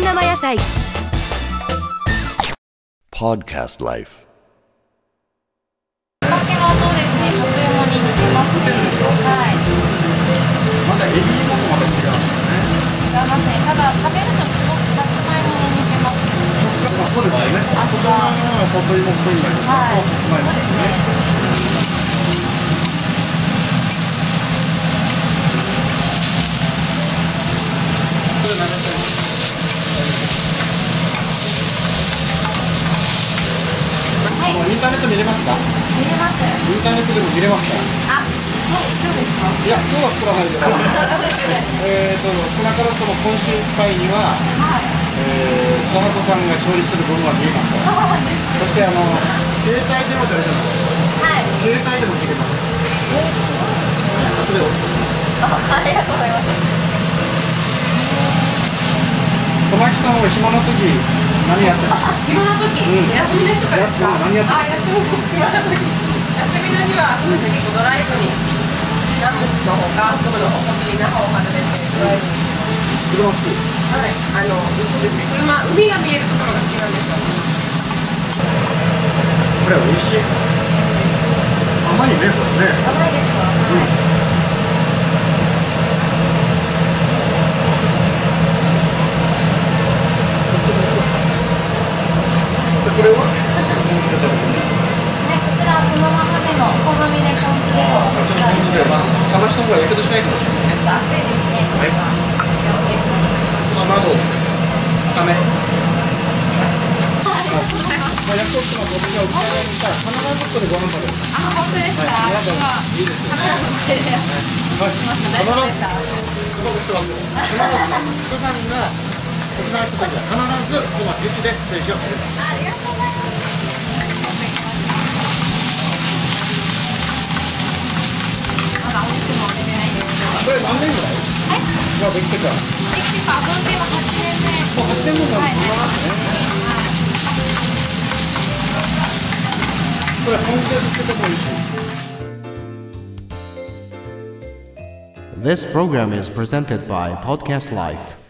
生野菜。 Podcast Life。 お酒はそうですね、里芋に似てますね。はい。 またエビ芋とまた違うんですよね。 違いますね。ただ食べるとすごくさつまいもに似てますね。 そうですよね。 味が。 里芋っぽいんだけど、 はい。 さつまいもですね。これ何ですか？ はい。 インターネット見れますか？ 見れます。 インターネットでも見れますか？ あ、そうですか。 いや、今日は作らないけど、少なからずとも今週いっぱいには、 はい。 佐野さんが勝利する分は見えますから。 そうです。 そして携帯でも大丈夫です。 はい。 携帯でも見れます。後でお伝えします。 ありがとうございます。 小牧さんは暇の時何やってますか？ 暇の時、休みの日とかですか？ 何やってますか？ 休みの日はそうですね、結構ドライブに南部の方か北部の方、本当に那覇を外れてドライブに。 車好き。 はい、そうですね、海が見えるところが好きなんですよ。 これ美味しい。甘いね、これね。 甘いですか？ これは？ はい、こちらはそのままでもお好みでポン酢でもちょっとポン酢で、冷ました方がやけどしないかもしれないね。 熱いですね。 はい。 気をつけてください。 窓を固め。 ありがとうございます。 約束します。私が沖縄に来たら必ずここでご飯食べる。 あ、本当ですか？ はいでは、 いいですよね。 カメラの前ではい。 大丈夫ですか？ ここで座ってる。必ず福さんが沖縄に来た時は必ず今うちでステージをする。 ありがとうございます。まだお肉も出てないんですけど。 これ何年ぐらい？ はい。 ができてから。 できてから本店は8年目。 もう8年もはい。 なんですね。これ本気でつけてもいいし。 This program is presented by Podcast Life.